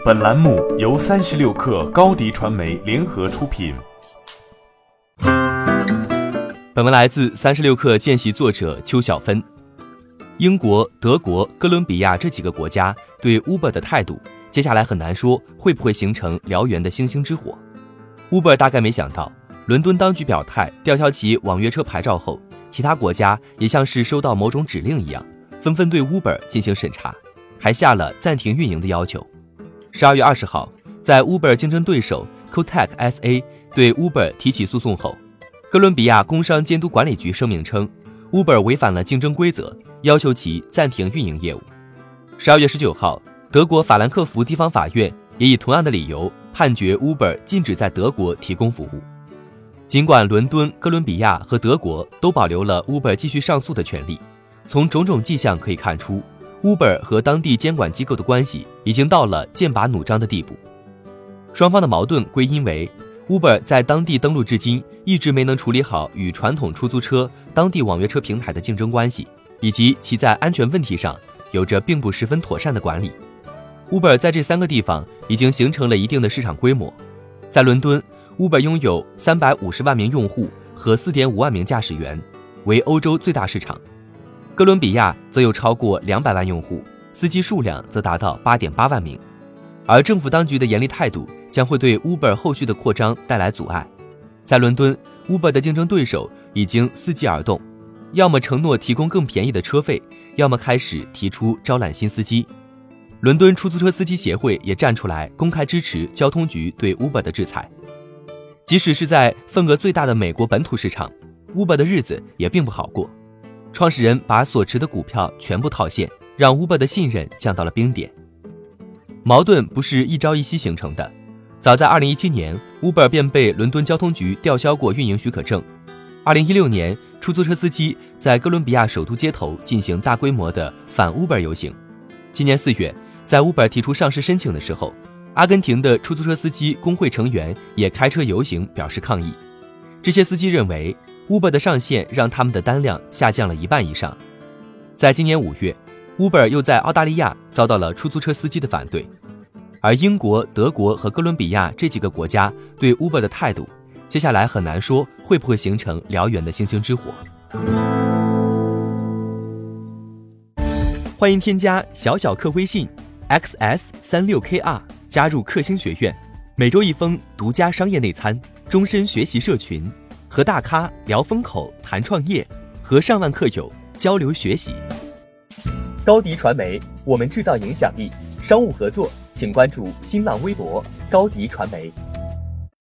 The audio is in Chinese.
本栏目由36氪高迪传媒联合出品。 本文来自36氪见习作者邱小芬。英国、德国、哥伦比亚这几个国家对 Uber 的态度，接下来很难说会不会形成燎原的星星之火。Uber 大概没想到，伦敦当局表态吊销其网约车牌照后，其他国家也像是收到某种指令一样，纷纷对 Uber 进行审查，还下了暂停运营的要求。12月20号，在 Uber 竞争对手 Kotak SA 对 Uber 提起诉讼后，哥伦比亚工商监督管理局声明称 Uber 违反了竞争规则，要求其暂停运营业务。12月19号，德国法兰克福地方法院也以同样的理由判决 Uber 禁止在德国提供服务。尽管伦敦、哥伦比亚和德国都保留了 Uber 继续上诉的权利，从种种迹象可以看出，Uber 和当地监管机构的关系已经到了剑拔弩张的地步。双方的矛盾归因为 Uber 在当地登陆至今一直没能处理好与传统出租车、当地网约车平台的竞争关系，以及其在安全问题上有着并不十分妥善的管理。Uber 在这3个地方已经形成了一定的市场规模。在伦敦， Uber 拥有350万名用户和 4.5 万名驾驶员，为欧洲最大市场。哥伦比亚则有超过200万用户，司机数量则达到 8.8 万名。而政府当局的严厉态度将会对 Uber 后续的扩张带来阻碍。在伦敦， Uber 的竞争对手已经伺机而动，要么承诺提供更便宜的车费，要么开始提出招揽新司机。伦敦出租车司机协会也站出来公开支持交通局对 Uber 的制裁。即使是在份额最大的美国本土市场， Uber 的日子也并不好过。创始人把所持的股票全部套现，让 Uber 的信任降到了冰点。矛盾不是一朝一夕形成的，早在2017年 Uber 便被伦敦交通局吊销过运营许可证。2016年，出租车司机在哥伦比亚首都街头进行大规模的反 Uber 游行。今年4月，在 Uber 提出上市申请的时候，阿根廷的出租车司机工会成员也开车游行表示抗议。这些司机认为Uber 的上线让他们的单量下降了1半以上。在今年5月， Uber 又在澳大利亚遭到了出租车司机的反对。而英国、德国和哥伦比亚这几个国家对 Uber 的态度，接下来很难说会不会形成燎原的星星之火。欢迎添加小小客微信 XS36KR 加入克星学院，每周1封独家商业内参，终身学习社群，和大咖聊风口谈创业，和上万客友交流学习。高迪传媒，我们制造影响力。商务合作请关注新浪微博高迪传媒。